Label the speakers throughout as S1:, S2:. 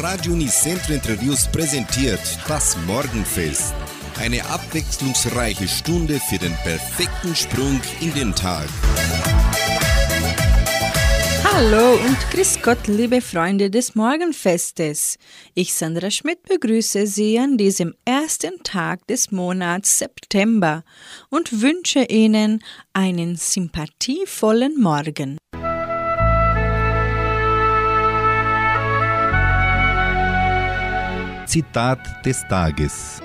S1: Radio Unicentro Entre Rios präsentiert das Morgenfest. Eine abwechslungsreiche Stunde für den perfekten Sprung in den Tag.
S2: Hallo und grüß Gott, liebe Freunde des Morgenfestes. Ich, Sandra Schmidt, begrüße Sie an diesem ersten Tag des Monats September und wünsche Ihnen einen sympathievollen Morgen.
S1: Zitat des Tages.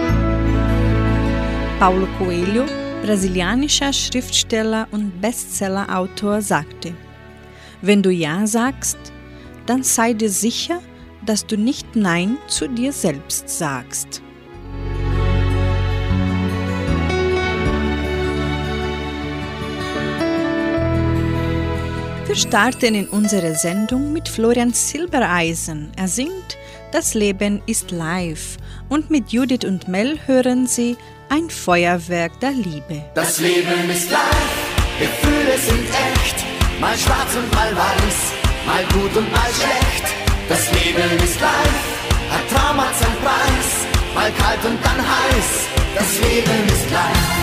S2: Paulo Coelho, brasilianischer Schriftsteller und Bestsellerautor, sagte: Wenn du Ja sagst, dann sei dir sicher, dass du nicht Nein zu dir selbst sagst. Wir starten in unsere Sendung mit Florian Silbereisen. Er singt Das Leben ist live und mit Judith und Mel hören Sie Ein Feuerwerk der Liebe.
S3: Das Leben ist live, Gefühle sind echt, mal schwarz und mal weiß, mal gut und mal schlecht. Das Leben ist live, ein Traum hat seinen Preis, mal kalt und dann heiß. Das Leben ist live.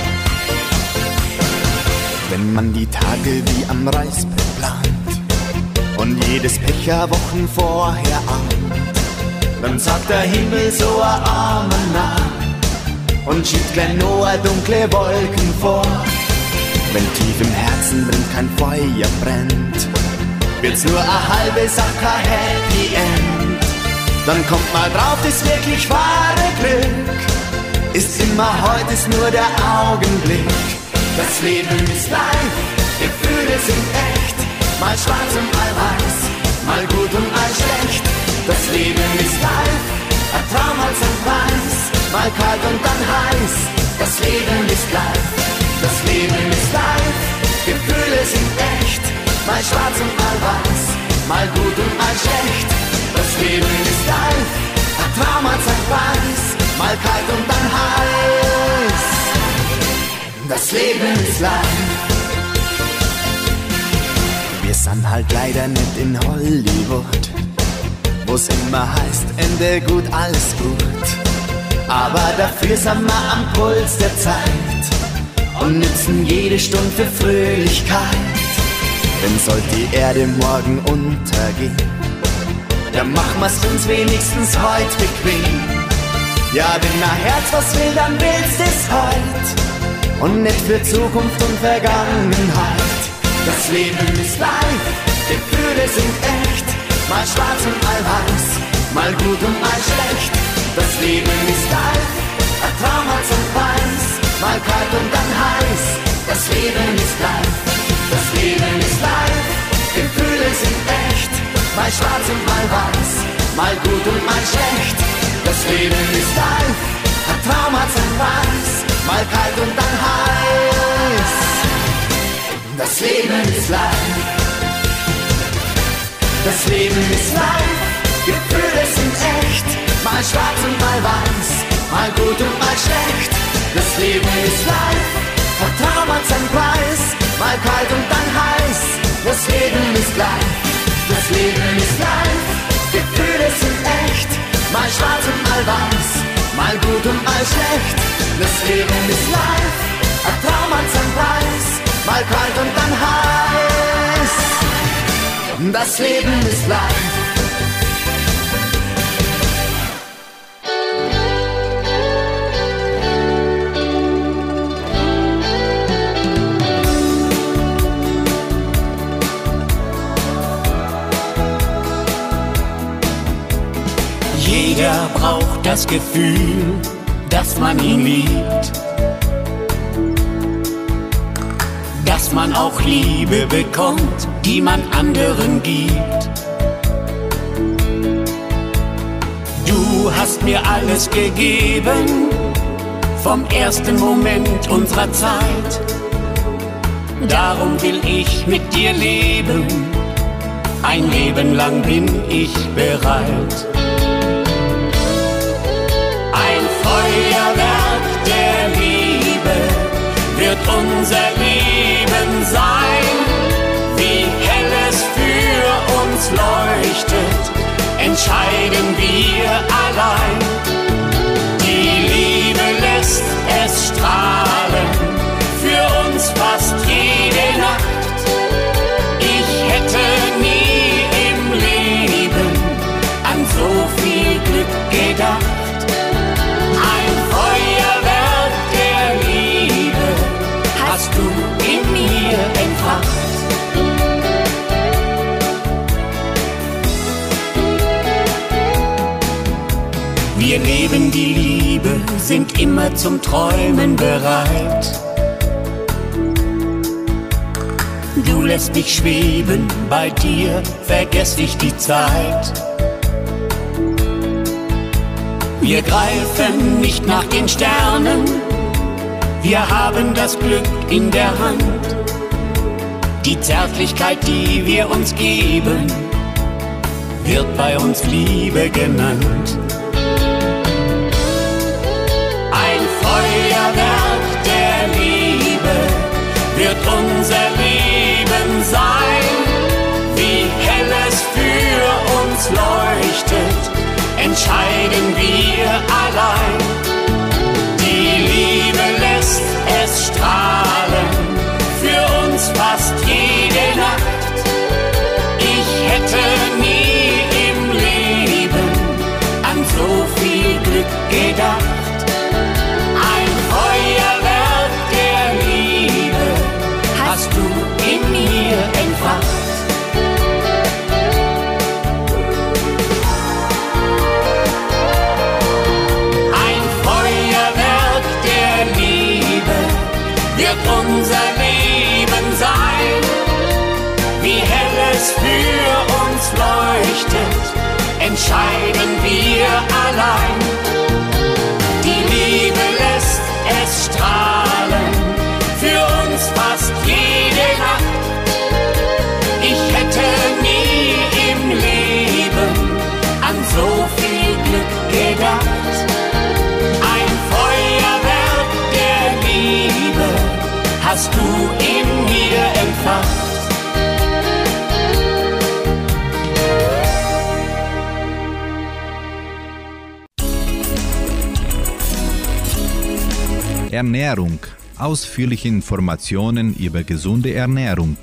S3: Wenn man die Tage wie am Reißbrett plant und jedes Pech Wochen vorher ahnt, dann sagt der Himmel so ein Amen nach und schiebt gleich nur dunkle Wolken vor. Wenn tief im Herzen drin kein Feuer brennt, wird's nur eine halbe Sache Happy End. Dann kommt mal drauf, das wirklich wahre Glück ist immer heute, ist nur der Augenblick. Das Leben ist live, Gefühle sind echt, mal schwarz und mal weiß, mal gut und mal schlecht. Das Leben ist live, ein Traum hat seinen Preis, mal kalt und dann heiß. Das Leben ist live, das Leben ist live, Gefühle sind echt, mal schwarz und mal weiß, mal gut und mal schlecht. Das Leben ist live, ein Traum hat seinen Preis, mal kalt und dann heiß. Das Leben ist live. Wir sind halt leider nicht in Hollywood, wo's immer heißt, Ende gut, alles gut. Aber dafür sind wir am Puls der Zeit und nützen jede Stunde für Fröhlichkeit. Denn sollte die Erde morgen untergehen, dann machen wir's uns wenigstens heute bequem. Ja, wenn dein Herz was will, dann willst es heut und nicht für Zukunft und Vergangenheit. Das Leben ist live, Gefühle sind echt, mal schwarz und mal weiß, mal gut und mal schlecht. Das Leben ist live, ein Traum hat seinen Preis, mal kalt und dann heiß. Das Leben ist live, das Leben ist live, Gefühle sind echt, mal schwarz und mal weiß, mal gut und mal schlecht. Das Leben ist live, ein Traum hat seinen Preis, mal kalt und dann heiß. Das Leben ist live. Das Leben ist live, Gefühle sind echt, mal schwarz und mal weiß, mal gut und mal schlecht. Das Leben ist live, ein Traum hat seinen Preis, mal kalt und dann heiß. Das Leben ist live, das Leben ist live, Gefühle sind echt, mal schwarz und mal weiß, mal gut und mal schlecht. Das Leben ist live, ein Traum hat seinen Preis, mal kalt und dann heiß. Das Leben ist live. Jeder braucht das Gefühl, dass man ihn liebt, dass man auch Liebe bekommt, die man anderen gibt. Du hast mir alles gegeben, vom ersten Moment unserer Zeit. Darum will ich mit dir leben, ein Leben lang bin ich bereit. Ein Feuerwerk der Liebe wird unser Leben sein, wie hell es für uns leuchtet, entscheidet
S4: sind immer zum Träumen bereit. Du lässt mich schweben, bei dir vergess ich die Zeit. Wir greifen nicht nach den Sternen, wir haben das Glück in der Hand. Die Zärtlichkeit, die wir uns geben, wird bei uns Liebe genannt. Ein Feuerwerk der Liebe wird unser Leben sein. Wie hell es für uns leuchtet, entscheiden wir allein. Die Liebe lässt es strahlen, für uns fast jede Nacht. Ich hätte nie im Leben an so viel Glück gedacht. Ein Feuerwerk der Liebe hast du in mir entfacht. Unser Leben sein, wie hell es für uns leuchtet, entscheiden wir allein. Die Liebe lässt es strahlen, für uns fast jede Nacht. Ich hätte nie im Leben an so viel Glück gedacht. Ein Feuerwerk der Liebe hast du in mir entfacht.
S1: Ernährung. Ausführliche Informationen über gesunde Ernährung.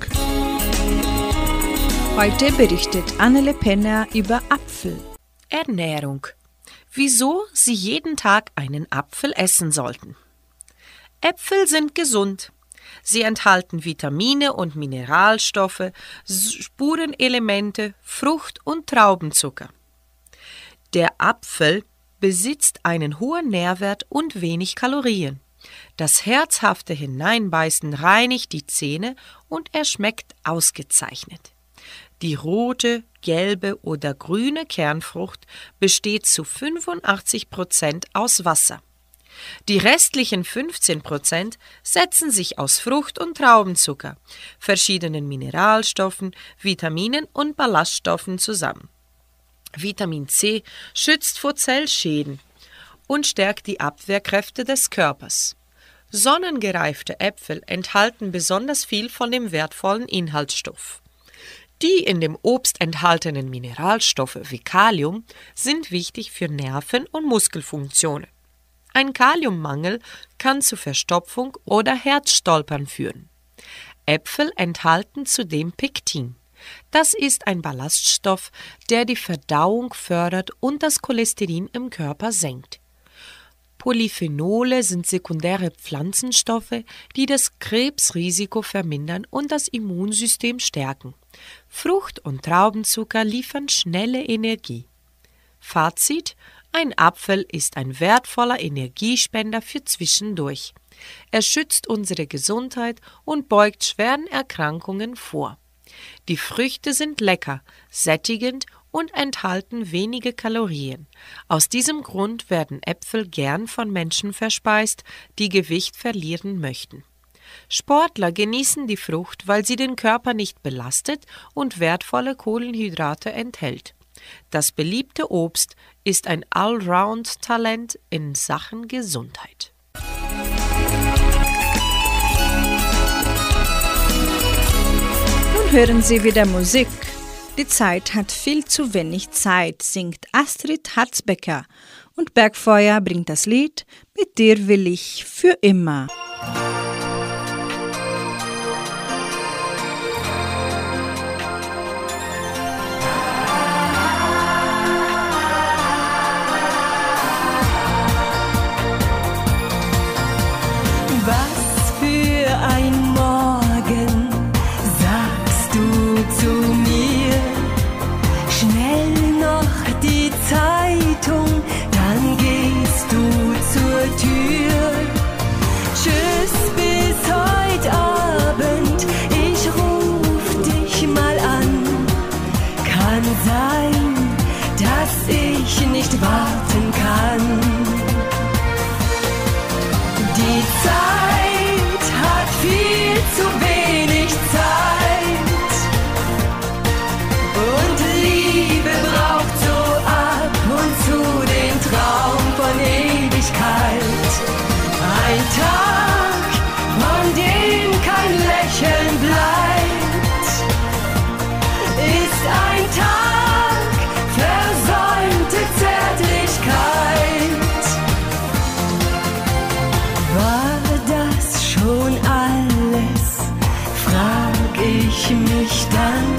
S2: Heute berichtet Annele Penner über Apfel.
S5: Ernährung. Wieso Sie jeden Tag einen Apfel essen sollten. Äpfel sind gesund. Sie enthalten Vitamine und Mineralstoffe, Spurenelemente, Frucht- und Traubenzucker. Der Apfel besitzt einen hohen Nährwert und wenig Kalorien. Das herzhafte Hineinbeißen reinigt die Zähne und er schmeckt ausgezeichnet. Die rote, gelbe oder grüne Kernfrucht besteht zu 85% aus Wasser. Die restlichen 15% setzen sich aus Frucht- und Traubenzucker, verschiedenen Mineralstoffen, Vitaminen und Ballaststoffen zusammen. Vitamin C schützt vor Zellschäden und stärkt die Abwehrkräfte des Körpers. Sonnengereifte Äpfel enthalten besonders viel von dem wertvollen Inhaltsstoff. Die in dem Obst enthaltenen Mineralstoffe wie Kalium sind wichtig für Nerven- und Muskelfunktionen. Ein Kaliummangel kann zu Verstopfung oder Herzstolpern führen. Äpfel enthalten zudem Pektin. Das ist ein Ballaststoff, der die Verdauung fördert und das Cholesterin im Körper senkt. Polyphenole sind sekundäre Pflanzenstoffe, die das Krebsrisiko vermindern und das Immunsystem stärken. Frucht- und Traubenzucker liefern schnelle Energie. Fazit: Ein Apfel ist ein wertvoller Energiespender für zwischendurch. Er schützt unsere Gesundheit und beugt schweren Erkrankungen vor. Die Früchte sind lecker, sättigend und enthalten wenige Kalorien. Aus diesem Grund werden Äpfel gern von Menschen verspeist, die Gewicht verlieren möchten. Sportler genießen die Frucht, weil sie den Körper nicht belastet und wertvolle Kohlenhydrate enthält. Das beliebte Obst ist ein Allround-Talent in Sachen Gesundheit.
S2: Nun hören Sie wieder Musik. Die Zeit hat viel zu wenig Zeit, singt Astrid Harzbecker. Und Bergfeuer bringt das Lied Mit dir will ich für immer.
S6: Was für ein Morgen, sagst du zu mir. Schnell noch die Zeitung, dann gehst du zur Tür. ich mich dann,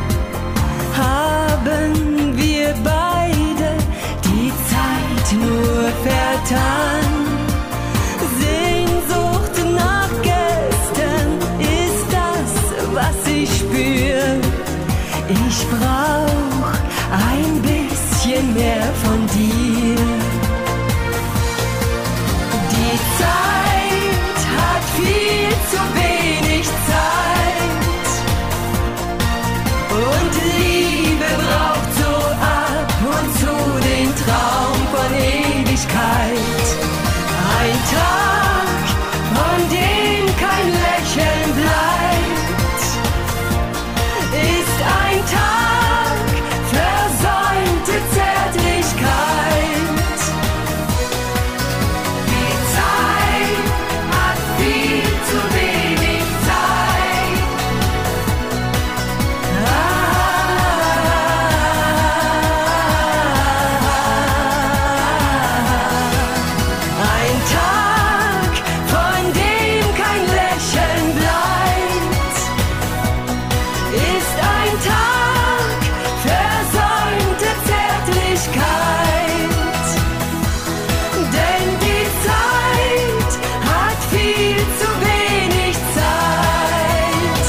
S6: haben wir beide die Zeit nur vertan. Sehnsucht nach gestern ist das, was ich spür. Ich brauch ein bisschen mehr von dir. Die Zeit hat viel zu wenig Zeit und Liebe braucht so ab und zu den Traum von Ewigkeit. Ein Tag, von dem kein Lächeln bleibt, ist ein Tag versäumte Zärtlichkeit. Die Zeit hat viel zu wenig Zeit. Ein Tag, von dem kein Lächeln bleibt, ist ein Tag versäumte Zärtlichkeit. Denn die Zeit hat viel zu wenig Zeit.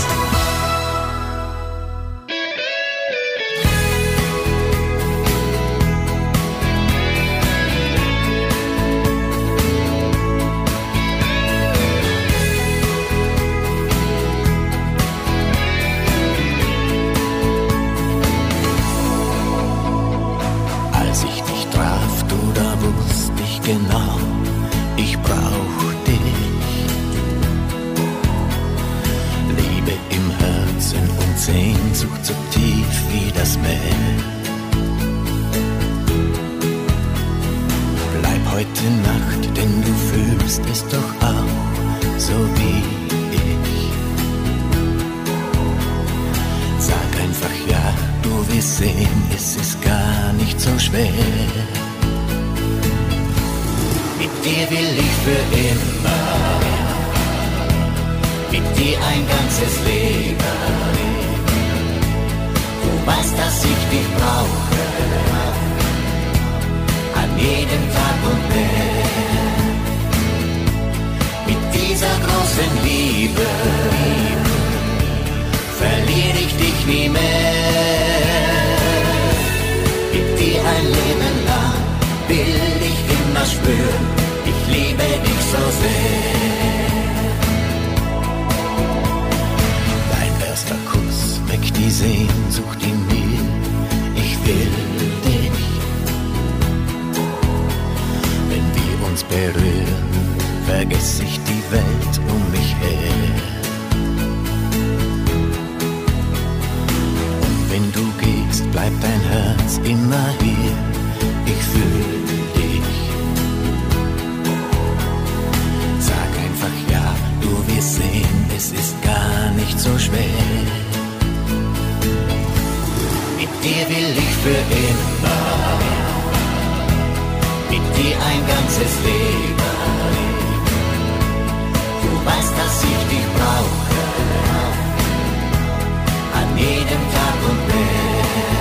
S3: Als ich dich traf, du, da wusste ich genau, ich brauch dich. Liebe im Herzen und Sehnsucht so tief wie das Meer. Bleib heute Nacht, denn du fühlst es doch auch, so wie ich. Sag einfach ja, du wirst sehen, es ist gar nicht so schwer. Mit dir will ich für immer, mit dir ein ganzes Leben. Du weißt, dass ich dich brauche, an jedem Tag und mehr. Mit dieser großen Liebe verliere ich dich nie mehr. Mit dir ein Leben lang will ich immer spüren, ich liebe dich so sehr. Dein erster Kuss weckt die Sehnsucht in mir, ich will dich. Wenn wir uns berühren, vergesse ich die Welt um mich her. Wenn du gehst, bleibt dein Herz immer hier, ich fühl dich. Sag einfach ja, du wirst sehen, es ist gar nicht so schwer. Mit dir will ich für immer, mit dir ein ganzes Leben. Du weißt, dass ich dich brauche, an jedem Tag und mehr.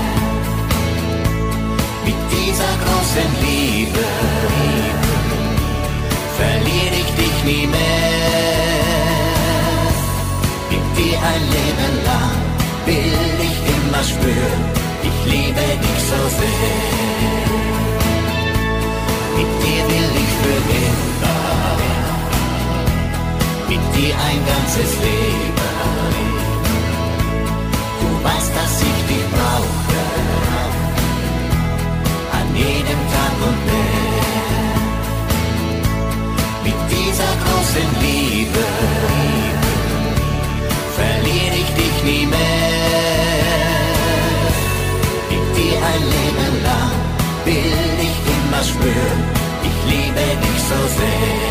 S3: Mit dieser großen Liebe verliere ich dich nie mehr. Mit dir ein Leben lang will ich immer spüren, ich liebe dich so sehr. Mit dir will ich für immer, mit dir ein ganzes Leben. Du weißt, dass ich dich brauche, an jedem Tag und mehr. Mit dieser großen Liebe verliere ich dich nie mehr. Mit dir ein Leben lang will ich immer spüren, ich liebe dich so sehr.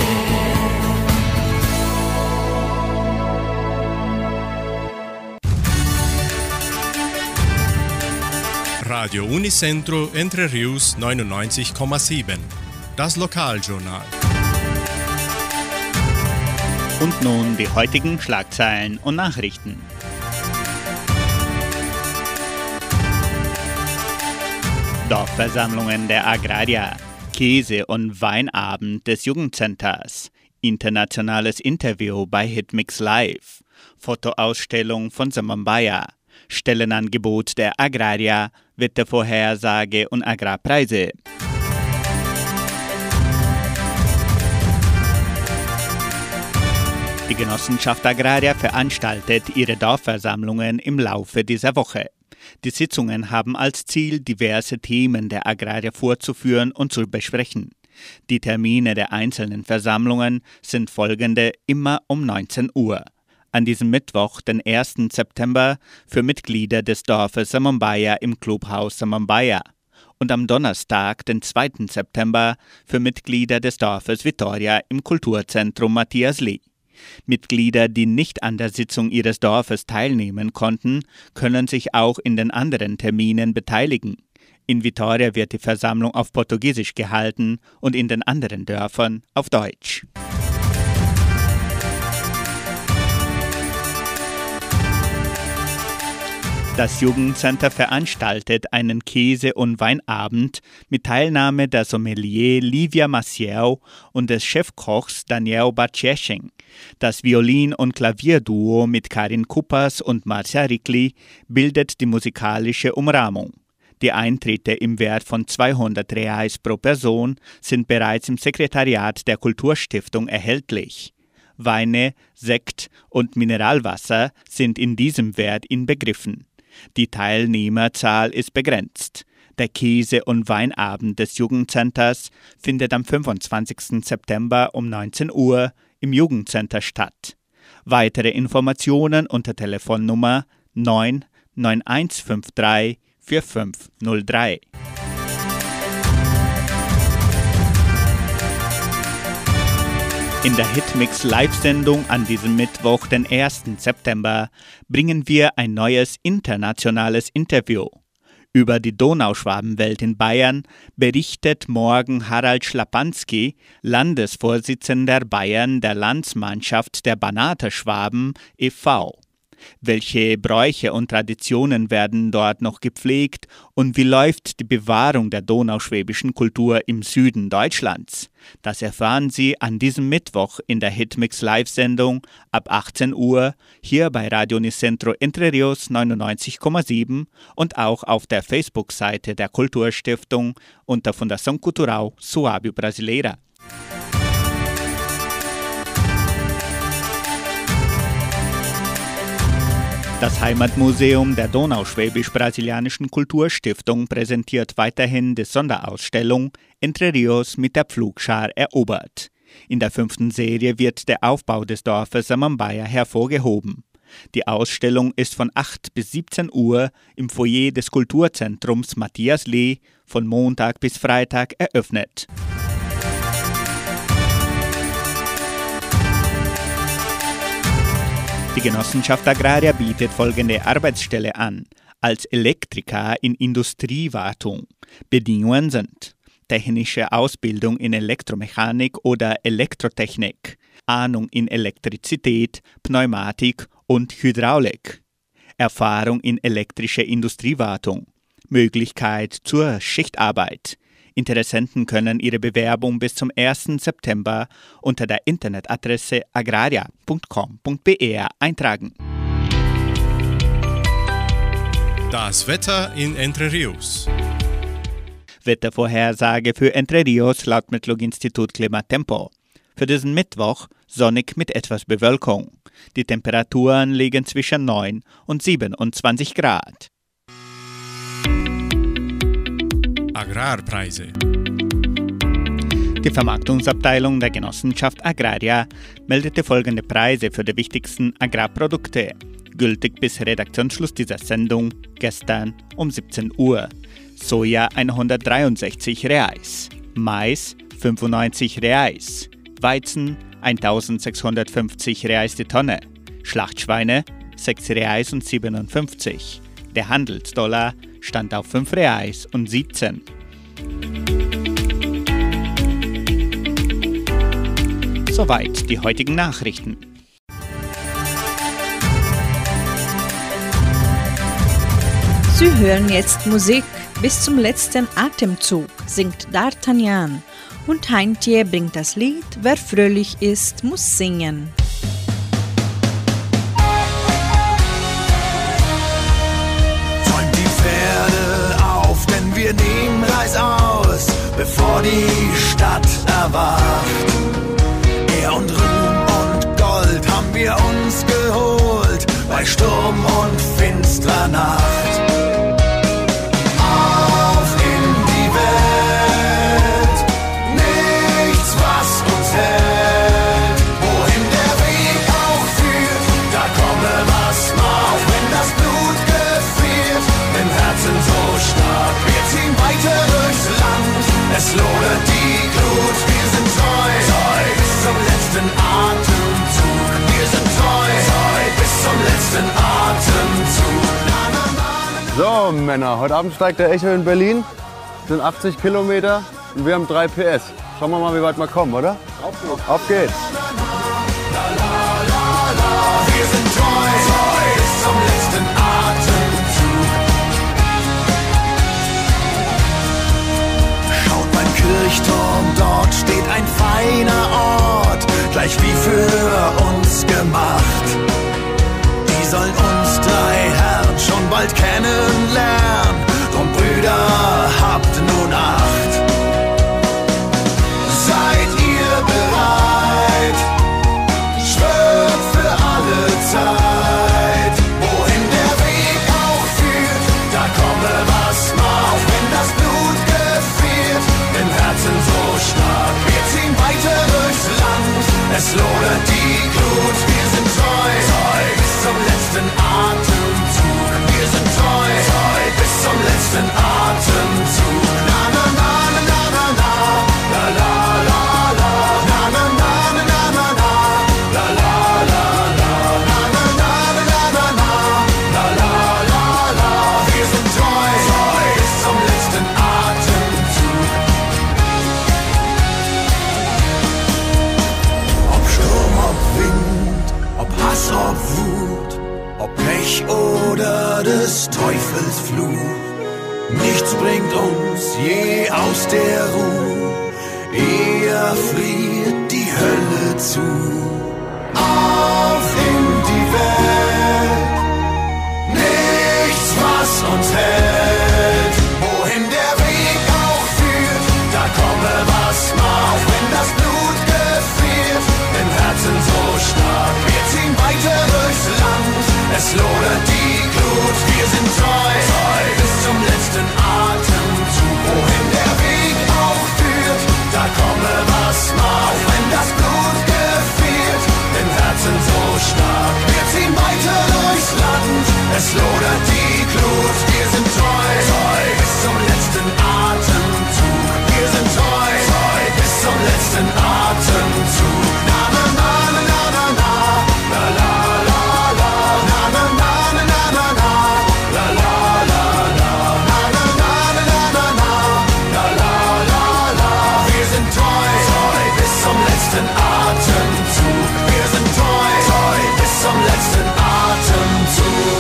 S7: Radio Unicentro Entre Rius 99,7. Das Lokaljournal.
S8: Und nun die heutigen Schlagzeilen und Nachrichten. Dorfversammlungen der Agrarier, Käse- und Weinabend des Jugendcenters, internationales Interview bei Hitmix Live, Fotoausstellung von Samambaya, Stellenangebot der Agrarier, Wettervorhersage und Agrarpreise. Die Genossenschaft Agraria veranstaltet ihre Dorfversammlungen im Laufe dieser Woche. Die Sitzungen haben als Ziel, diverse Themen der Agrarier vorzuführen und zu besprechen. Die Termine der einzelnen Versammlungen sind folgende, immer um 19 Uhr. An diesem Mittwoch, den 1. September, für Mitglieder des Dorfes Samambaya im Clubhaus Samambaya. Und am Donnerstag, den 2. September, für Mitglieder des Dorfes Vitoria im Kulturzentrum Matthias Lee. Mitglieder, die nicht an der Sitzung ihres Dorfes teilnehmen konnten, können sich auch in den anderen Terminen beteiligen. In Vitoria wird die Versammlung auf Portugiesisch gehalten und in den anderen Dörfern auf Deutsch. Das Jugendcenter veranstaltet einen Käse- und Weinabend mit Teilnahme der Sommelier Livia Maciel und des Chefkochs Daniel Batscheching. Das Violin- und Klavierduo mit Karin Kuppers und Marcia Rikli bildet die musikalische Umrahmung. Die Eintritte im Wert von 200 Reais pro Person sind bereits im Sekretariat der Kulturstiftung erhältlich. Weine, Sekt und Mineralwasser sind in diesem Wert inbegriffen. Die Teilnehmerzahl ist begrenzt. Der Käse- und Weinabend des Jugendcenters findet am 25. September um 19 Uhr im Jugendcenter statt. Weitere Informationen unter Telefonnummer 99153 4503. In der Hitmix Live-Sendung an diesem Mittwoch, den 1. September, bringen wir ein neues internationales Interview. Über die Donauschwabenwelt in Bayern berichtet morgen Harald Schlapanski, Landesvorsitzender Bayern der Landsmannschaft der Banater Schwaben e.V. Welche Bräuche und Traditionen werden dort noch gepflegt und wie läuft die Bewahrung der donauschwäbischen Kultur im Süden Deutschlands? Das erfahren Sie an diesem Mittwoch in der Hitmix Live-Sendung ab 18 Uhr hier bei Radio Unicentro Entre Rios 99,7 und auch auf der Facebook-Seite der Kulturstiftung unter Fundação Cultural Suábio Brasileira. Das Heimatmuseum der Donauschwäbisch-Brasilianischen Kulturstiftung präsentiert weiterhin die Sonderausstellung Entre Rios mit der Pflugschar erobert. In der 5. Serie wird der Aufbau des Dorfes Samambaya hervorgehoben. Die Ausstellung ist von 8 bis 17 Uhr im Foyer des Kulturzentrums Matthias Lee von Montag bis Freitag eröffnet. Die Genossenschaft Agraria bietet folgende Arbeitsstelle an: als Elektriker in Industriewartung. Bedingungen sind technische Ausbildung in Elektromechanik oder Elektrotechnik, Ahnung in Elektrizität, Pneumatik und Hydraulik, Erfahrung in elektrischer Industriewartung, Möglichkeit zur Schichtarbeit. Interessenten können ihre Bewerbung bis zum 1. September unter der Internetadresse agraria.com.br eintragen.
S7: Das Wetter in Entre Rios.
S8: Wettervorhersage für Entre Rios laut Metlog-Institut Klimatempo. Für diesen Mittwoch sonnig mit etwas Bewölkung. Die Temperaturen liegen zwischen 9 und 27 Grad.
S7: Agrarpreise.
S8: Die Vermarktungsabteilung der Genossenschaft Agraria meldete folgende Preise für die wichtigsten Agrarprodukte, gültig bis Redaktionsschluss dieser Sendung gestern um 17 Uhr. Soja 163 Reais, Mais 95 Reais, Weizen 1650 Reais die Tonne, Schlachtschweine 6 Reais und 57. Der Handelsdollar stand auf 5 Reais und 17. Soweit die heutigen Nachrichten.
S2: Sie hören jetzt Musik. Bis zum letzten Atemzug singt D'Artagnan und Heintje bringt das Lied Wer fröhlich ist, muss singen.
S3: Zäumt die Pferde auf, denn wir nehmen reißaus, bevor die Stadt erwacht. Ehr und Ruhm und Gold haben wir uns geholt, bei Sturm und finsterer Nacht. Auf in die Welt, nichts was uns hält. Wohin der Weg auch führt, da komme was mal. Auch wenn das Blut gefriert, im Herzen so stark. Wir ziehen weiter durchs Land, es lodert die Glut. Wir sind treu, bis zum letzten Atemzug. Wir sind treu, bis zum letzten Atemzug.
S9: So Männer, heute Abend steigt der Echo in Berlin. Das sind 80 Kilometer und wir haben 3 PS. Schauen wir mal, wie weit wir kommen, oder? Auf geht's.
S3: Wir sind treu, bis zum letzten Atemzug. Schaut beim Kirchturm, dort steht ein feiner Ort, gleich wie für uns gemacht. Die sollen uns 3 Herren schon bald kennenlernen, drum Brüder, habt nun Acht. Seid ihr bereit? Schwört für alle Zeit. Wohin der Weg auch führt, da komme was mal. Auch wenn das Blut gefriert, im Herzen so stark. Wir ziehen weiter durchs Land, es lodert die Glut. Wir sind treu, bis zum letzten Atemzug. Wir sind treu, bis zum letzten Atemzug. Na na na na na na, la la la la, na na na na na na, la la la la, na na na na na na, la la la la. Wir sind treu, bis zum letzten Atemzug. Ob Sturm, ob Wind, ob Hass, ob Wut, ob Pech oder des Teufels Fluch, nichts bringt uns je aus der Ruhe, eher friert die Hölle zu. Auf in die Welt, nichts was uns hält. Wohin der Weg auch führt, da komme was mal. Auch wenn das Blut gefriert, im Herzen so stark. Wir ziehen weiter durchs Land, es lodert die Glut. Wir sind treu, bis zum letzten Atemzug. Wohin der Weg auch führt, da komme was mal. Auch wenn das Blut gefriert, im Herzen so stark. Wir ziehen weiter durchs Land, es lodert die Glut. Wir sind treu, bis zum letzten Atemzug. Wir sind treu, bis zum letzten Atemzug. Na na na na na na, la la la la, na na na na na na, la la la la, na na na na na na, la la la la. Wir sind treu, bis zum letzten Atemzug. Wir sind treu, bis zum letzten Atemzug.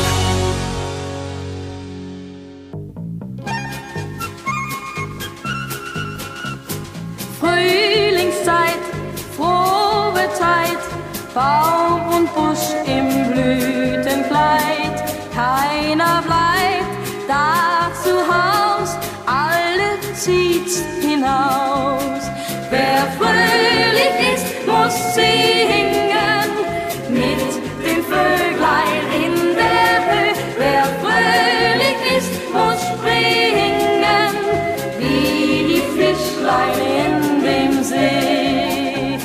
S6: Frühlingszeit, frohe Zeit, Baum und Busch im Blütenkleid. Keiner bleibt da zu Haus, alle zieht's hinaus. Wer fröhlich ist, muss singen, mit dem Vöglein in der Höhe. Wer fröhlich ist, muss springen, wie die Fischlein in dem See.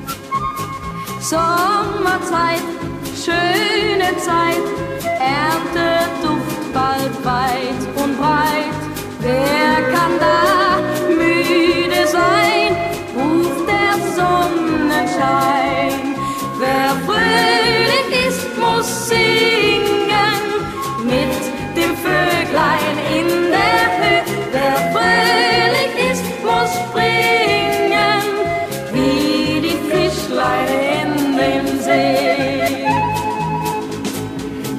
S6: Sommerzeit, schöne Zeit, Ernteduft bald weit und breit. Wer kann da müde sein, ruft der Sonnenschein. Wer fröhlich ist, muss singen, mit dem Vöglein in der Höhe. Wer fröhlich ist, muss springen, wie die Fischlein in dem See.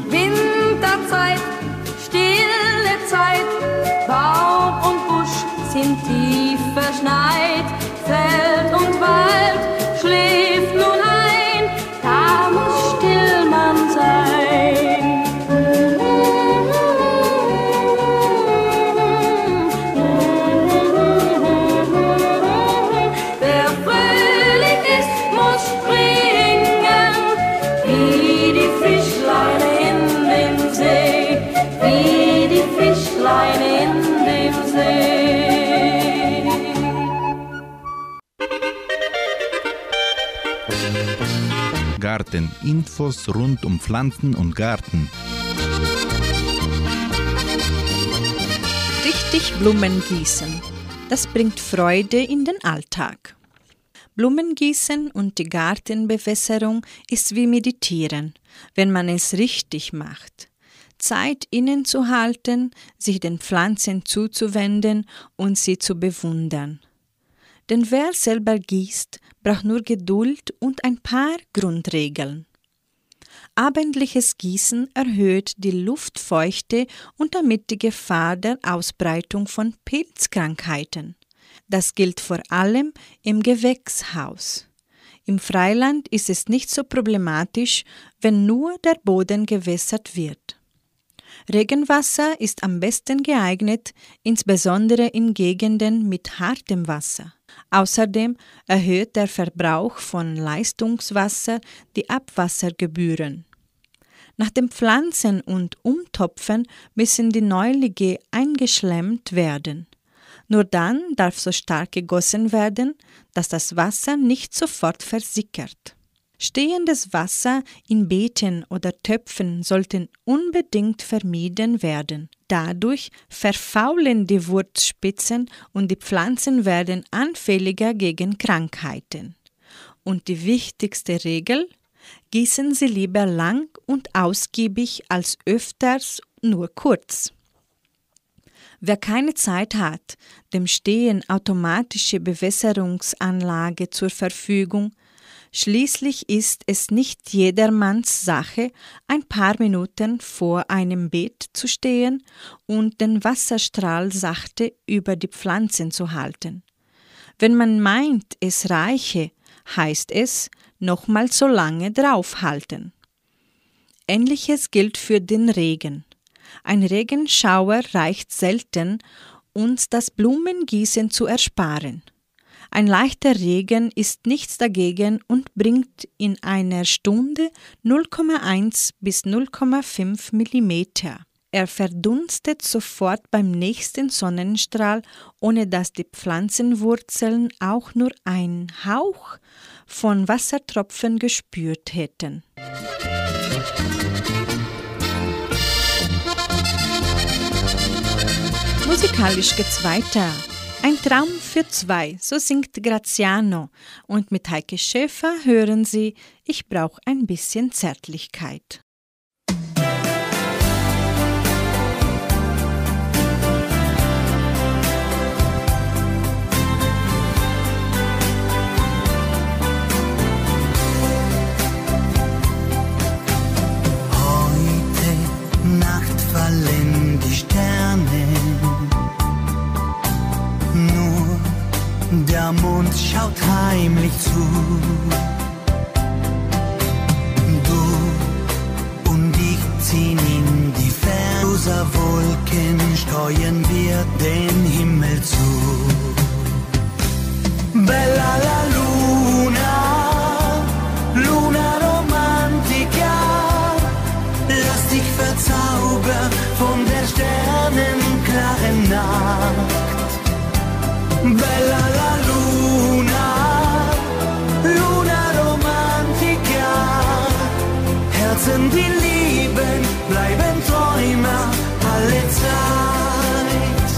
S6: sind tief verschneit. Feld und Wald schläft nun ein, da muss Stillmann sein. Wer fröhlich ist, muss springen, wie die Fischlein in dem See, wie die Fischlein in dem See.
S10: Garteninfos rund um Pflanzen und Garten.
S2: Richtig Blumen gießen. Das bringt Freude in den Alltag. Blumengießen und die Gartenbewässerung ist wie Meditieren, wenn man es richtig macht. Zeit innezuhalten, sich den Pflanzen zuzuwenden und sie zu bewundern. Denn wer selber gießt, braucht nur Geduld und ein paar Grundregeln. Abendliches Gießen erhöht die Luftfeuchte und damit die Gefahr der Ausbreitung von Pilzkrankheiten. Das gilt vor allem im Gewächshaus. Im Freiland ist es nicht so problematisch, wenn nur der Boden gewässert wird. Regenwasser ist am besten geeignet, insbesondere in Gegenden mit hartem Wasser. Außerdem erhöht der Verbrauch von Leistungswasser die Abwassergebühren. Nach dem Pflanzen und Umtopfen müssen die Neulinge eingeschlemmt werden. Nur dann darf so stark gegossen werden, dass das Wasser nicht sofort versickert. Stehendes Wasser in Beeten oder Töpfen sollten unbedingt vermieden werden. Dadurch verfaulen die Wurzspitzen und die Pflanzen werden anfälliger gegen Krankheiten. Und die wichtigste Regel: gießen Sie lieber lang und ausgiebig als öfters nur kurz. Wer keine Zeit hat, dem stehen automatische Bewässerungsanlage zur Verfügung. Schließlich ist es nicht jedermanns Sache, ein paar Minuten vor einem Beet zu stehen und den Wasserstrahl sachte über die Pflanzen zu halten. Wenn man meint, es reiche, heißt es, nochmal so lange draufhalten. Ähnliches gilt für den Regen. Ein Regenschauer reicht selten, uns das Blumengießen zu ersparen. Ein leichter Regen ist nichts dagegen und bringt in einer Stunde 0,1 bis 0,5 mm. Er verdunstet sofort beim nächsten Sonnenstrahl, ohne dass die Pflanzenwurzeln auch nur einen Hauch von Wassertropfen gespürt hätten. Musikalisch geht's weiter. Ein Traum für zwei, so singt Graziano. Und mit Heike Schäfer hören Sie, ich brauche ein bisschen Zärtlichkeit.
S3: Heute Nacht fallen die Sterne. Nur der Mond schaut heimlich zu. Du und ich ziehen in die Ferne. Rosa Wolken steuern wir den Himmel zu. Bella la luna, luna romantica. Lass dich verzaubern von der sternenklaren Nacht. Bella la luna, luna romantica. Herzen, die lieben, bleiben Träumer alle Zeit.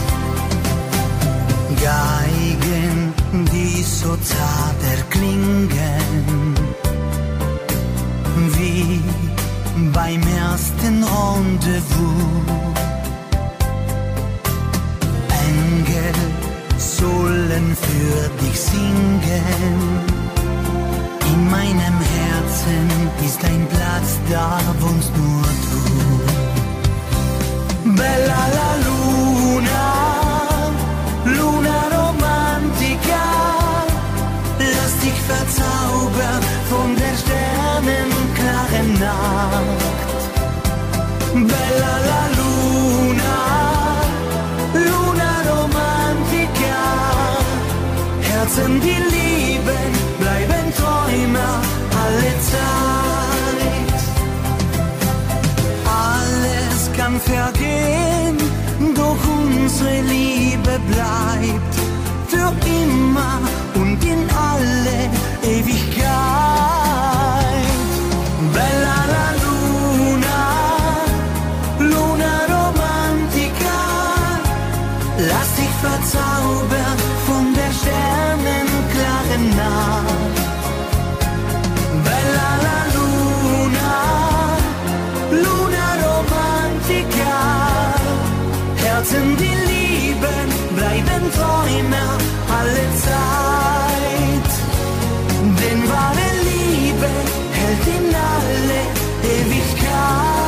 S3: Geigen, die so zart erklingen, wie beim ersten Rendezvous. Engel sollen für dich singen. In meinem Herzen ist ein Platz, da wohnst nur du. Bella la luna, luna Herzen, die lieben, bleiben Träumer alle Zeit. Alles kann vergehen, doch unsere Liebe bleibt für immer und in alle Ewigkeit. Bella la luna, luna romantica, lass dich verzaubern von der sternenklaren Nacht. Bella la luna, luna romantica, Herzen, die lieben, bleiben Träumer alle Zeit. Denn wahre Liebe hält in alle Ewigkeit.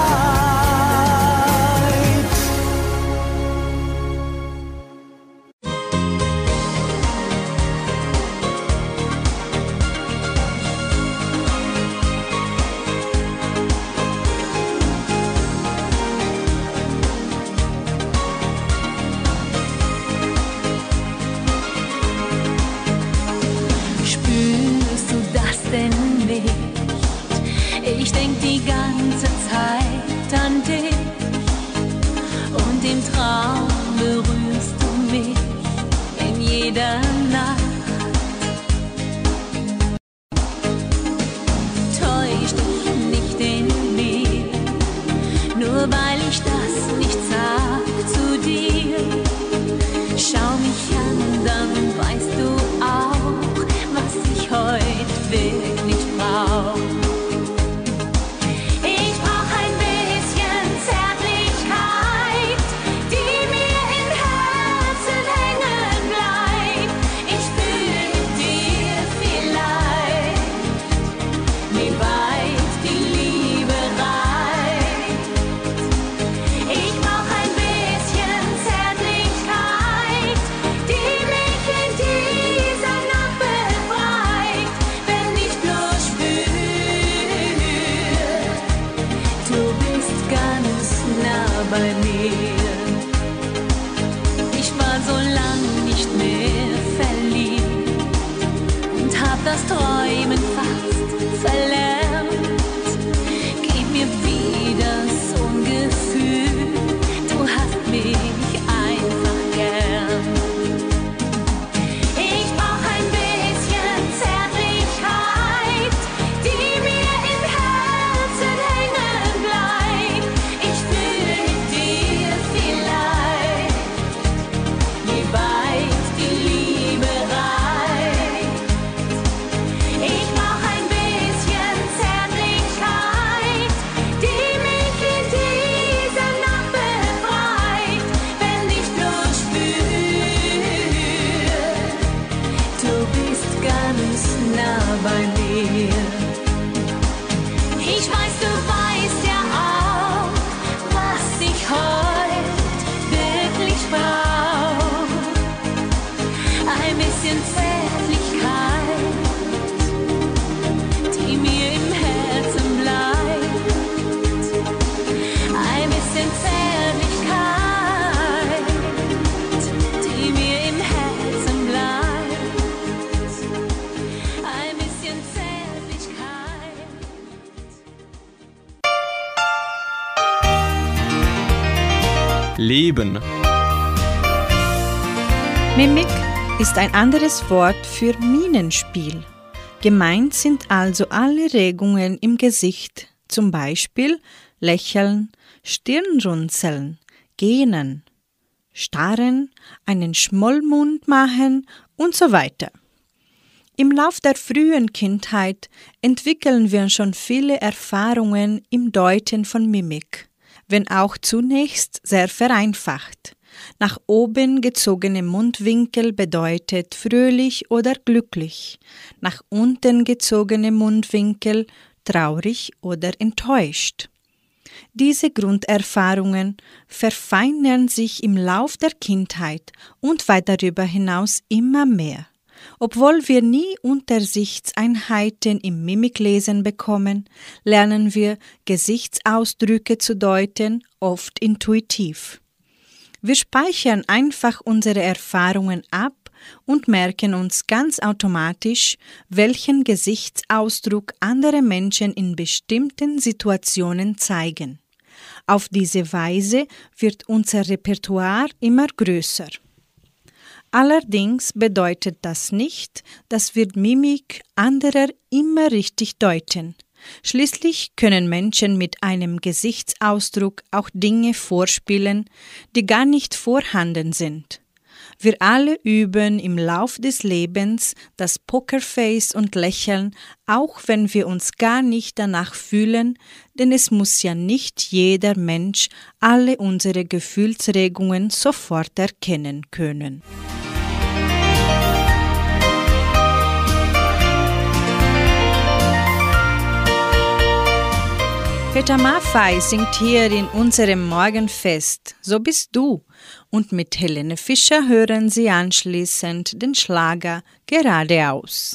S6: Spürst du das denn nicht? Ich denk die ganze Zeit an dich und im Traum berührst du mich in jeder Nacht. Täusch dich nicht in mir, nur weil ich das nicht sag zu dir. Schau mich an, dann weißt du auch, was ich heute wirklich brauch. Ich brauch ein bisschen Zärtlichkeit, die mir im Herzen hängen bleibt. Ich fühl mit dir vielleicht, wie weit die Liebe reicht. Ich brauch ein bisschen Zärtlichkeit, die mich in dieser Nacht befreit, wenn ich bloß spür, du bist ganz nah bei mir. Ich war so lang nicht mehr verliebt und hab das Träumen fast verlernt. Gib mir wieder so ein Gefühl, du hast mich einfach gern. Ich brauch ein bisschen Zärtlichkeit, die mir im Herzen hängen bleibt. Ich fühl mit dir vielleicht, wie weit die Liebe reicht. Ich brauch ein bisschen Zärtlichkeit, die mich in dieser Nacht befreit, wenn ich bloß spür, du bist ganz nah bei mir. Ich weiß, du weißt ja auch, was ich heute wirklich brauch. Ein bisschen Zärtlichkeit, die mir im Herzen bleibt. Ein bisschen Zärtlichkeit, die mir im Herzen bleibt. Ein bisschen Zärtlichkeit.
S11: Leben.
S2: Mimik ist ein anderes Wort für Mienenspiel. Gemeint sind also alle Regungen im Gesicht, zum Beispiel Lächeln, Stirnrunzeln, Gähnen, Starren, einen Schmollmund machen und so weiter. Im Lauf der frühen Kindheit entwickeln wir schon viele Erfahrungen im Deuten von Mimik, wenn auch zunächst sehr vereinfacht. Nach oben gezogene Mundwinkel bedeutet fröhlich oder glücklich, nach unten gezogene Mundwinkel traurig oder enttäuscht. Diese Grunderfahrungen verfeinern sich im Lauf der Kindheit und weit darüber hinaus immer mehr. Obwohl wir nie Untersichtseinheiten im Mimiklesen bekommen, lernen wir Gesichtsausdrücke zu deuten, oft intuitiv. Wir speichern einfach unsere Erfahrungen ab und merken uns ganz automatisch, welchen Gesichtsausdruck andere Menschen in bestimmten Situationen zeigen. Auf diese Weise wird unser Repertoire immer größer. Allerdings bedeutet das nicht, dass wir Mimik anderer immer richtig deuten. Schließlich können Menschen mit einem Gesichtsausdruck auch Dinge vorspielen, die gar nicht vorhanden sind. Wir alle üben im Lauf des Lebens das Pokerface und Lächeln, auch wenn wir uns gar nicht danach fühlen, denn es muss ja nicht jeder Mensch alle unsere Gefühlsregungen sofort erkennen können. Peter Maffay singt hier in unserem Morgenfest "So bist du" und mit Helene Fischer hören Sie anschließend den Schlager "Geradeaus".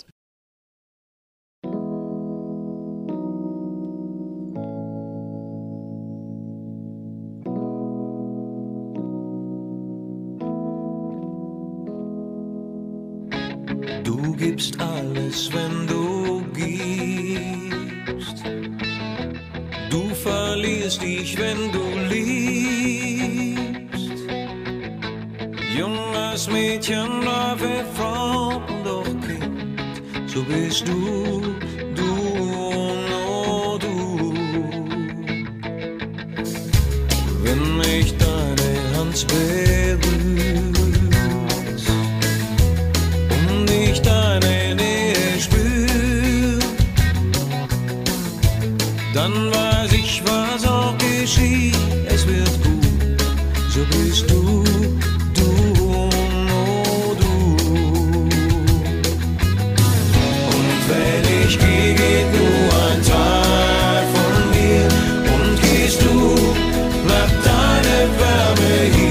S11: Du gibst alles, wenn du gibst. Du verlierst dich, wenn du liebst. Junges Mädchen, brave Frau und auch Kind, so bist du, nur du. Wenn mich deine Hand berührt und ich deine Nähe spür, dann weiß ich, was auch geschieht, es wird gut, so bist du, nur du. Und wenn ich gehe, geht nur ein Teil von mir, und gehst du, bleibt deine Wärme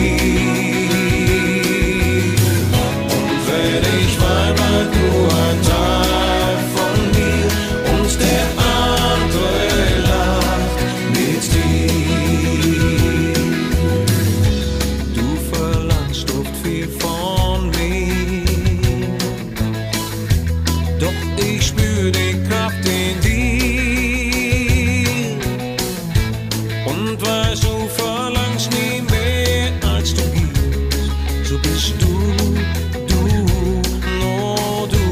S11: hier. Und wenn ich wein, bleibt nur ein Teil von mir, und der andere lacht mit dir. Du verlangst oft viel von mir, doch ich spür die Kraft in dir. Und weißt du, verlangst nie mehr als du gibst, so bist du, nur du.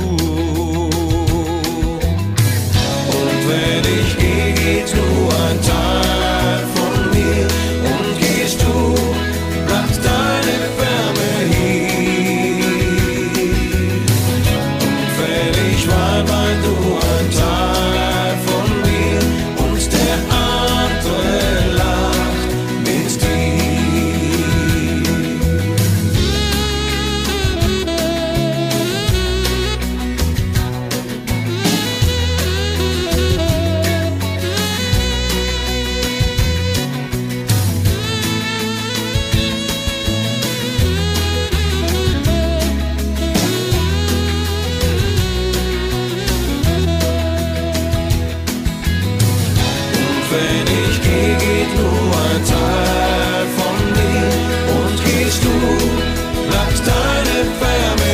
S11: Und wenn ich gehe, geht nur ein Teil von mir, und gehst du, bleibt deine Wärme hier. Und wenn ich wein, weint nur ein Teil von mir, und der andere lacht mit dir. Und wenn ich gehe, geht nur ein Teil von mir, und gehst du, bleibt deine Wärme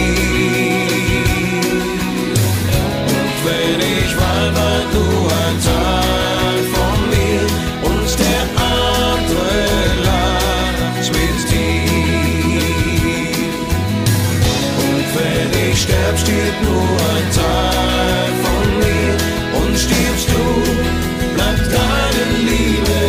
S11: hier. Und wenn ich wein, weint nur ein Teil von mir, und der andere lacht mit dir. Und wenn ich sterb, stirbt nur ein Teil von mir, und stirbst du, bleibt deine Liebe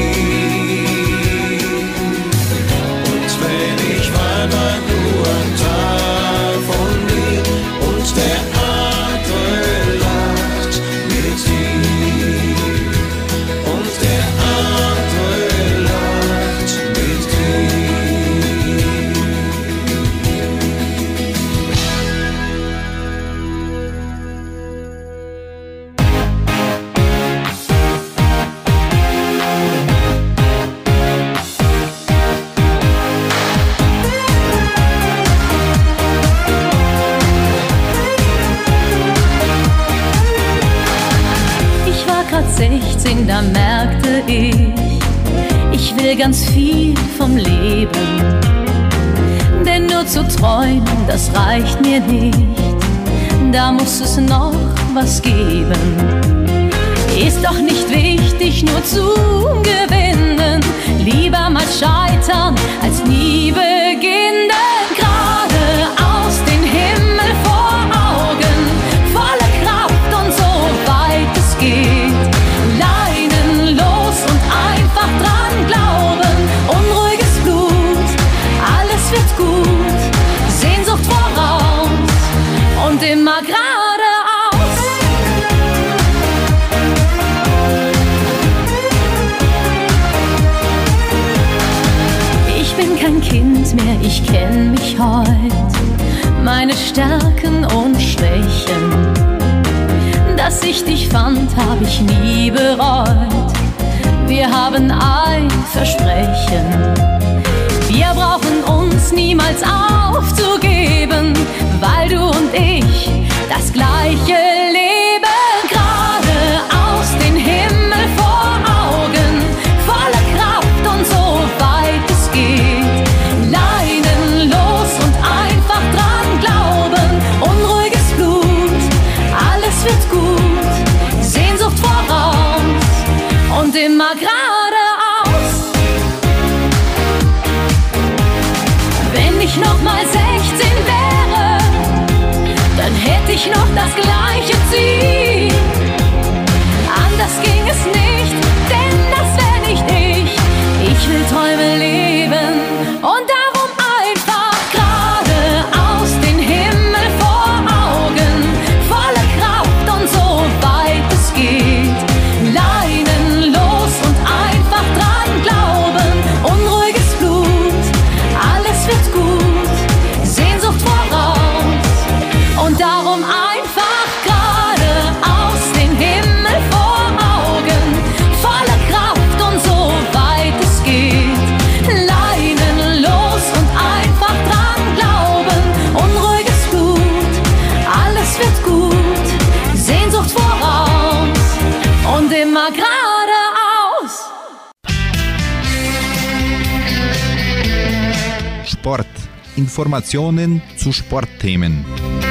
S11: hier. Und wenn ich wein, weint nur ein Teil von mir, und der andere lacht mit dir. Und der andere lacht mit dir.
S6: Ich war grad 16, da merkte ich will ganz viel vom Leben. Denn nur zu träumen, das reicht mir nicht. Da muss es noch was geben. Ist doch nicht wichtig, nur zu gewinnen. Lieber mal scheitern, als nie beginnen. Gerade aus den Himmel vor Augen, volle Kraft und so weit es geht. Leinen los und einfach dran glauben. Unruhiges Blut, alles wird gut. Sehnsucht voraus und immer geradeaus. Ich bin kein Kind mehr, ich kenn mich heut, meine Stärken und Schwächen. Dass ich dich fand, hab ich nie bereut. Wir haben ein Versprechen. Wir brauchen uns niemals aufzugeben, weil du und ich das gleiche leben. Gerade aus den Himmel vor Augen, volle Kraft und so weit es geht. Leinen los und einfach dran glauben. Unruhiges Blut, alles wird gut. Sehnsucht voraus und immer geradeaus. Wenn ich noch mal 16 wäre, dann hätte ich noch das gleiche Ziel. Anders ging es nicht, denn das wär nicht ich. Ich will Träume leben und darum einfach gerade aus den Himmel vor Augen, volle Kraft und so weit es geht. Leinen los und einfach dran glauben. Unruhiges Blut, alles wird gut. Sehnsucht voraus und darum einfach gerade aus den Himmel vor Augen, volle Kraft und so weit es geht. Leinen los und einfach dran glauben. Unruhiges Blut, alles wird gut. Sehnsucht voraus und immer geradeaus.
S10: Sport. Informationen zu Sportthemen.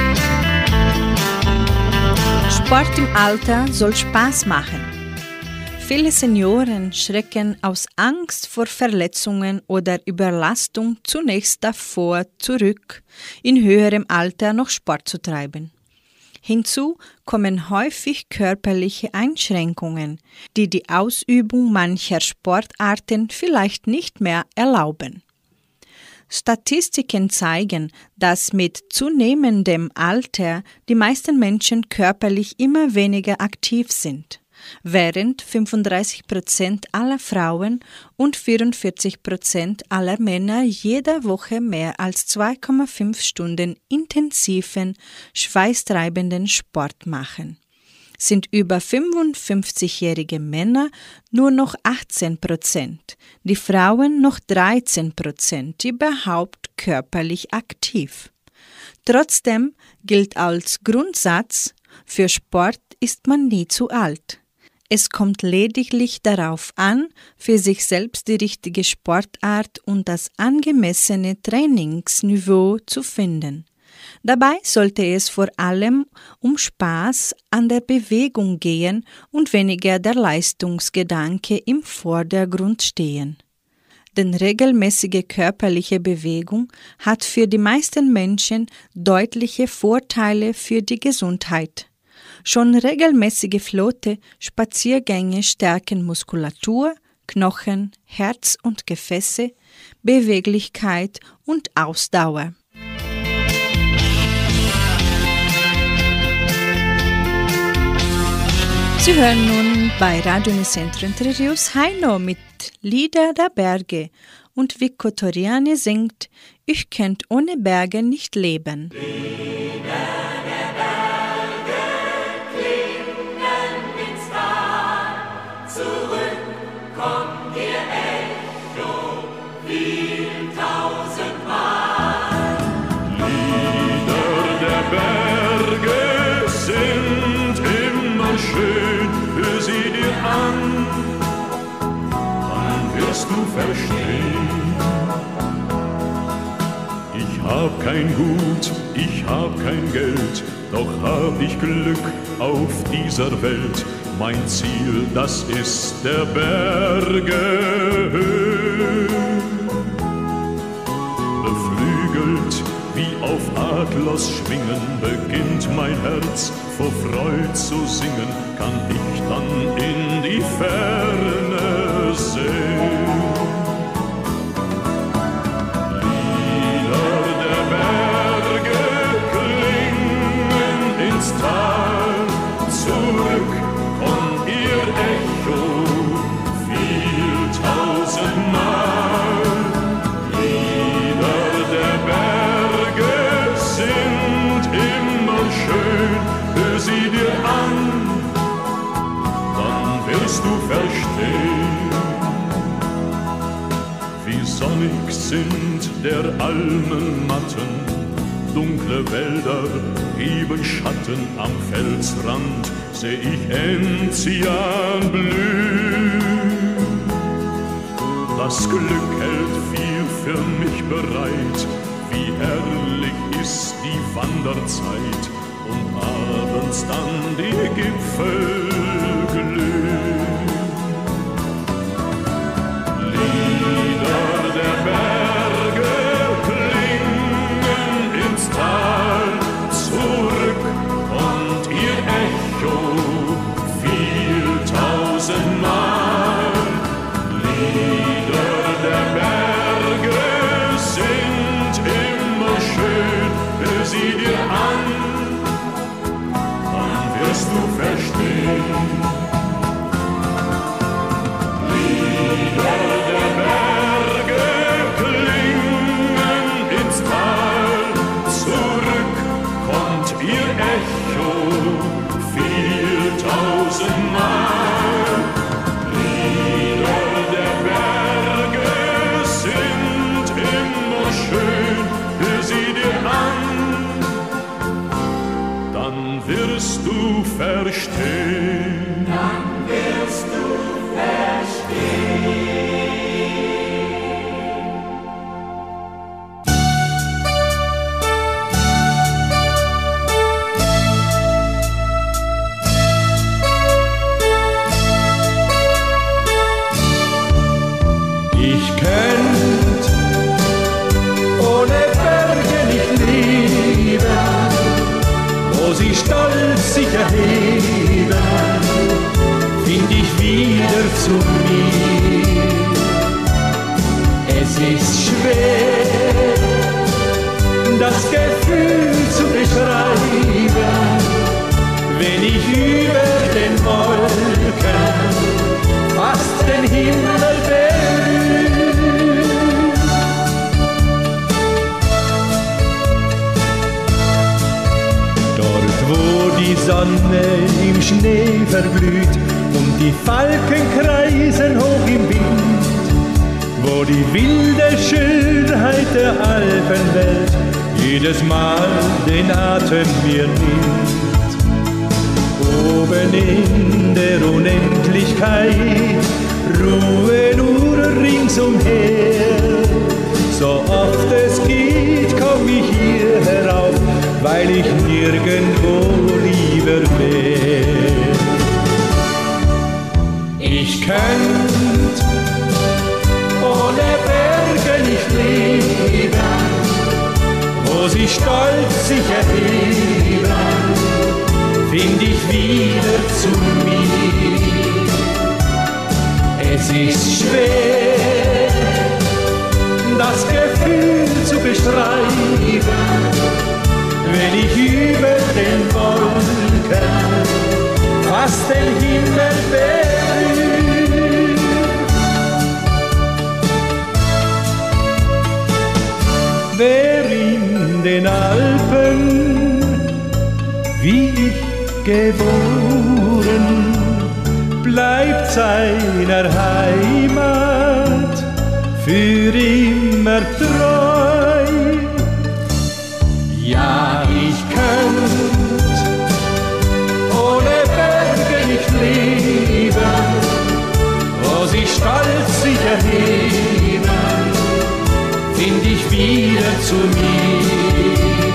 S2: Sport im Alter soll Spaß machen. Viele Senioren schrecken aus Angst vor Verletzungen oder Überlastung zunächst davor zurück, in höherem Alter noch Sport zu treiben. Hinzu kommen häufig körperliche Einschränkungen, die die Ausübung mancher Sportarten vielleicht nicht mehr erlauben. Statistiken zeigen, dass mit zunehmendem Alter die meisten Menschen körperlich immer weniger aktiv sind, während 35% aller Frauen und 44% aller Männer jede Woche mehr als 2,5 Stunden intensiven, schweißtreibenden Sport machen. Sind über 55-jährige Männer nur noch 18%, die Frauen noch 13% überhaupt körperlich aktiv. Trotzdem gilt als Grundsatz, für Sport ist man nie zu alt. Es kommt lediglich darauf an, für sich selbst die richtige Sportart und das angemessene Trainingsniveau zu finden. Dabei sollte es vor allem um Spaß an der Bewegung gehen und weniger der Leistungsgedanke im Vordergrund stehen. Denn regelmäßige körperliche Bewegung hat für die meisten Menschen deutliche Vorteile für die Gesundheit. Schon regelmäßige flotte Spaziergänge stärken Muskulatur, Knochen, Herz und Gefäße, Beweglichkeit und Ausdauer. Sie hören nun bei Radio Unicentro Entre Rios Heino mit Lieder der Berge und Vico Toriani singt Ich könnt ohne Berge nicht leben.
S11: Lieder der Berge klingen ins Tal, zurück kommt ihr Echo viel tausendmal. Lieder der Berge sind immer schön, hör sie dir an, dann wirst du verstehen. Ich
S12: hab kein Gut, ich hab kein Geld, doch hab ich Glück auf dieser Welt. Mein Ziel, das ist der Berge Höhe. Beflügelt wie auf Adlers Schwingen beginnt mein Herz vor Freud zu singen, kann ich dann in die Ferne sehen. Lieder der Berge klingen ins Tal, zurück kommt ihr Echo, viel tausendmal. Lieder der Berge sind immer schön, hör sie dir an, dann wirst du verstehen. Wie sonnig sind der Almen Matten, dunkle Wälder geben Schatten, am Felsrand seh ich Enzian blühen. Das Glück hält viel für mich bereit, wie herrlich ist die Wanderzeit und abends dann die Gipfel glühen. Lieder der Berge klingen ins Tal, zurück kommt ihr Echo, viel tausendmal. Lieder der Berge sind immer schön, hör sie dir an, dann wirst du verstehen. Lieder der Berge klingen ins Tal, zurück kommt ihr Echo, viel tausendmal. Lieder der Berge sind immer schön, hör sie dir an, dann wirst du verstehen. Dann wirst du verstehen.
S11: Ich könnt ohne Berge nicht leben, wo sie stolz sich erheben, find ich wieder zu mir. Es ist schwer, das Gefühl zu beschreiben, wenn ich über den Wolken fast den Himmel berührt. Dort, wo die Sonne im Schnee verglüht und die Falken kreisen hoch im Wind, wo die wilde Schönheit der Alpenwelt jedes Mal den Atem mir nimmt. Oben in der Unendlichkeit Ruhe nur ringsumher. So oft es geht, komm ich hier herauf, weil ich nirgendwo lieber wär. Ich könnt ohne Berge nicht leben, wo sie stolz sich erheben, find ich wieder zu mir. Es ist schwer, das Gefühl zu beschreiben, wenn ich über den Wolken fast den Himmel berührt. Wer in den Alpen wie ich geboren, bleibt seiner Heimat für immer treu. Ja, ich könnt ohne Berge nicht leben, wo sie stolz sich erheben, finde ich wieder zu mir.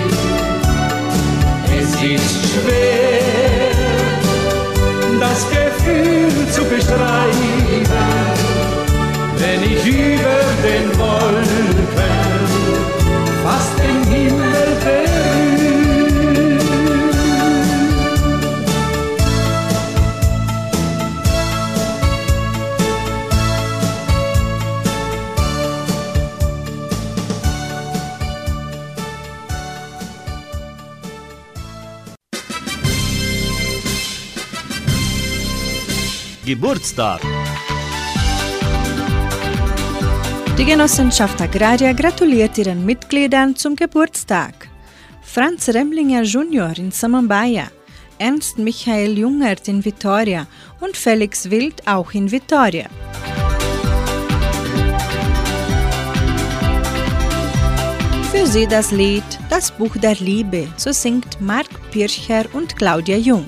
S11: Es ist schwer, das Gefühl zu beschreiben, wenn ich über den Wolken fast den Himmel berühre.
S13: Geburtstag.
S2: Die Genossenschaft Agraria gratuliert ihren Mitgliedern zum Geburtstag. Franz Remlinger Junior in Samambaya, Ernst Michael Jungert in Vitoria und Felix Wild auch in Vitoria. Für sie das Lied Das Buch der Liebe, so singt Marc Pircher und Claudia Jung.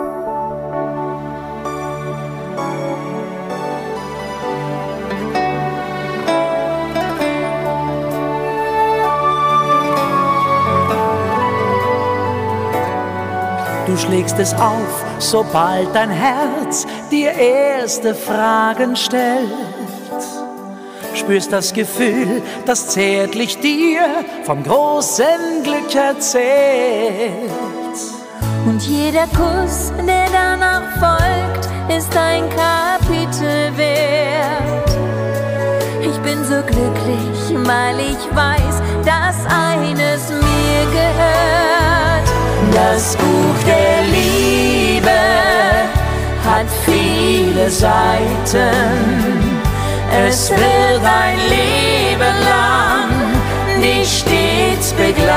S14: Du schlägst es auf, sobald dein Herz dir erste Fragen stellt. Spürst das Gefühl, das zärtlich dir vom großen Glück erzählt.
S6: Und jeder Kuss, der danach folgt, ist ein Kapitel wert. Ich bin so glücklich, weil ich weiß, dass eines mir gehört.
S14: Das Buch der Liebe hat viele Seiten. Es wird ein Leben lang dich stets begleiten.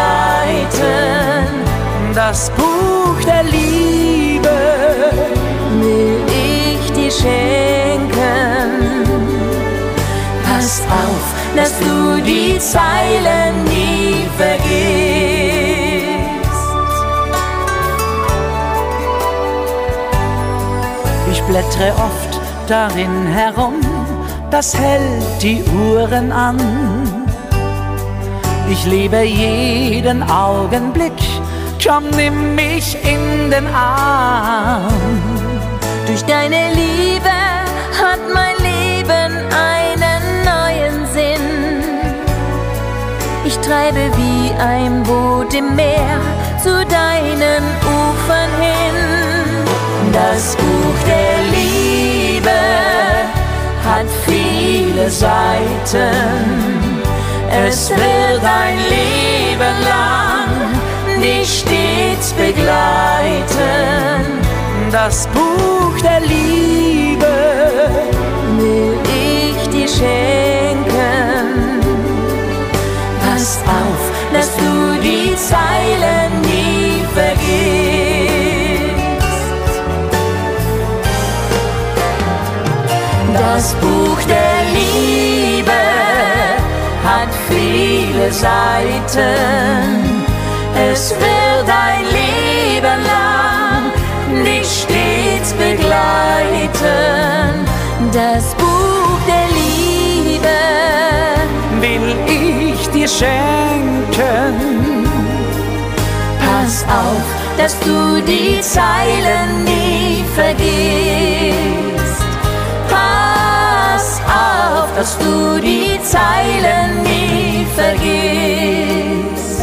S14: Das Buch der Liebe will ich dir schenken. Pass auf, dass du die Zeilen nie vergisst. Ich blättere oft darin herum, das hält die Uhren an. Ich liebe jeden Augenblick, komm, nimm mich in den Arm.
S6: Durch deine Liebe hat mein Leben einen neuen Sinn. Ich treibe wie ein Boot im Meer zu deinen Ufern hin.
S14: Das Buch der Liebe hat viele Seiten. Es wird ein Leben lang dich stets begleiten. Das Buch der Liebe will ich dir schenken. Pass auf, dass du die Zeilen nie vergisst. Das Buch der Liebe hat viele Seiten. Es wird ein Leben lang dich stets begleiten.
S6: Das Buch der Liebe
S14: will ich dir schenken. Pass auf, dass du die Zeilen nie vergisst. Pass auf, dass du die Zeilen nie vergisst.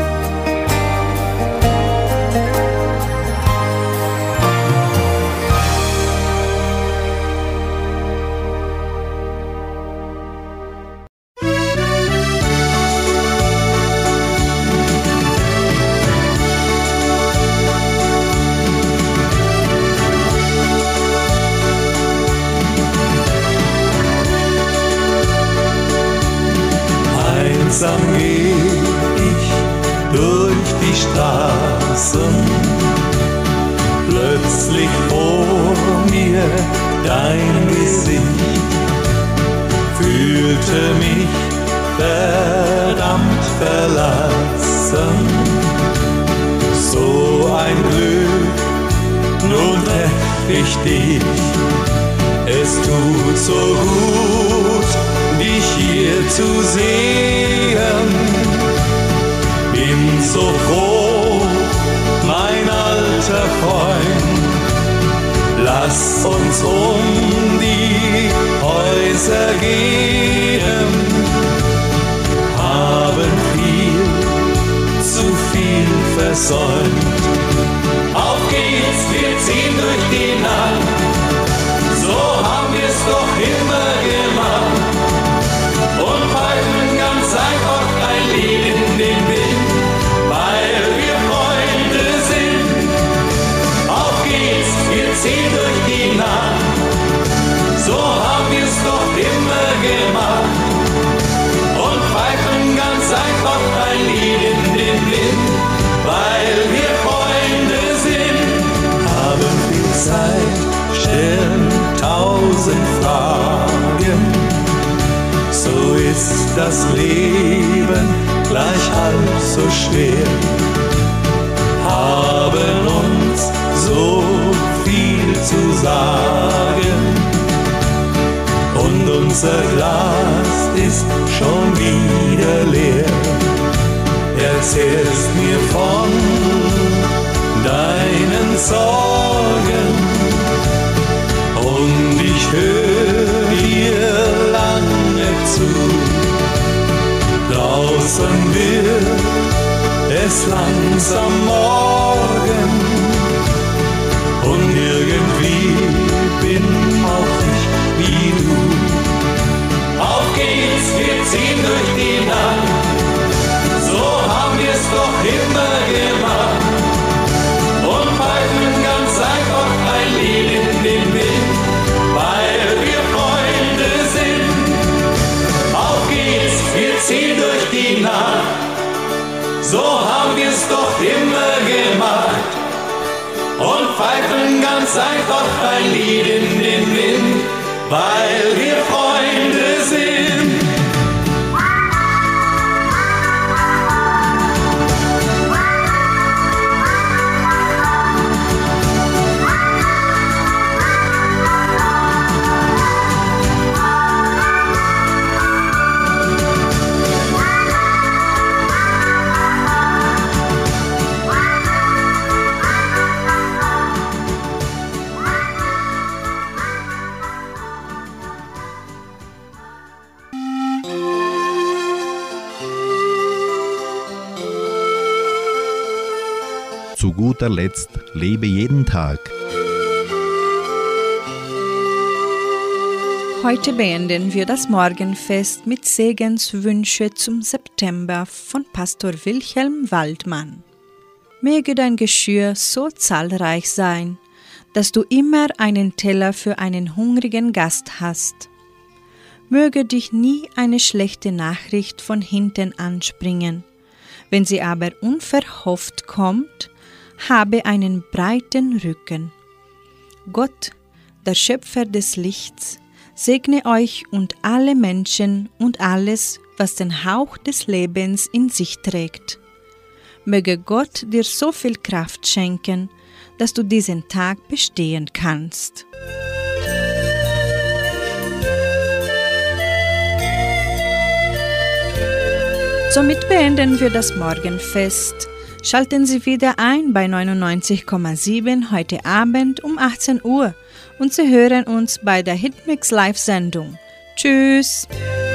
S11: Einsam geh ich durch die Straßen, plötzlich vor mir dein Gesicht, fühlte mich verdammt verlassen. So ein Glück, nun treff ich dich, es tut so gut, dich hier zu sehen. bin so froh, mein alter Freund. Lass uns um die Häuser gehen, haben zu viel versäumt. Auf geht's, wir ziehen durch die Nacht, so haben wir's doch immer gemacht. Und pfeifen ganz einfach ein Lied in den Wind, weil wir Freunde sind. Auf geht's, wir ziehen durch die Nacht, so haben wir's doch immer gemacht. Und pfeifen ganz einfach ein Lied in den Wind, weil wir Freunde sind. Haben viel Zeit, stellen 1000 Fragen. So ist das Leben gleich halb so schwer. Haben uns so viel zu sagen und unser Glas ist schon wieder leer. Erzählst mir von deinen Sorgen und ich höre dir lange zu. Draußen wird es langsam morgen und irgendwie bin auch ich wie du. Auf geht's, wir ziehen durch die Nacht, so haben wir's doch immer gemacht. Und pfeifen ganz einfach ein Lied in den Wind, weil wir Freunde sind. Auf geht's, wir ziehen durch die Nacht, so haben wir's doch immer gemacht. Und pfeifen ganz einfach ein Lied in den Wind, weil wir Freunde sind.
S10: Zu guter Letzt, lebe jeden Tag.
S2: Heute beenden wir das Morgenfest mit Segenswünsche zum September von Pastor Wilhelm Waldmann. Möge dein Geschirr so zahlreich sein, dass du immer einen Teller für einen hungrigen Gast hast. Möge dich nie eine schlechte Nachricht von hinten anspringen. Wenn sie aber unverhofft kommt, habe einen breiten Rücken. Gott, der Schöpfer des Lichts, segne euch und alle Menschen und alles, was den Hauch des Lebens in sich trägt. Möge Gott dir so viel Kraft schenken, dass du diesen Tag bestehen kannst. Somit beenden wir das Morgenfest. Schalten Sie wieder ein bei 99,7 heute Abend um 18 Uhr und Sie hören uns bei der Hitmix Live-Sendung. Tschüss!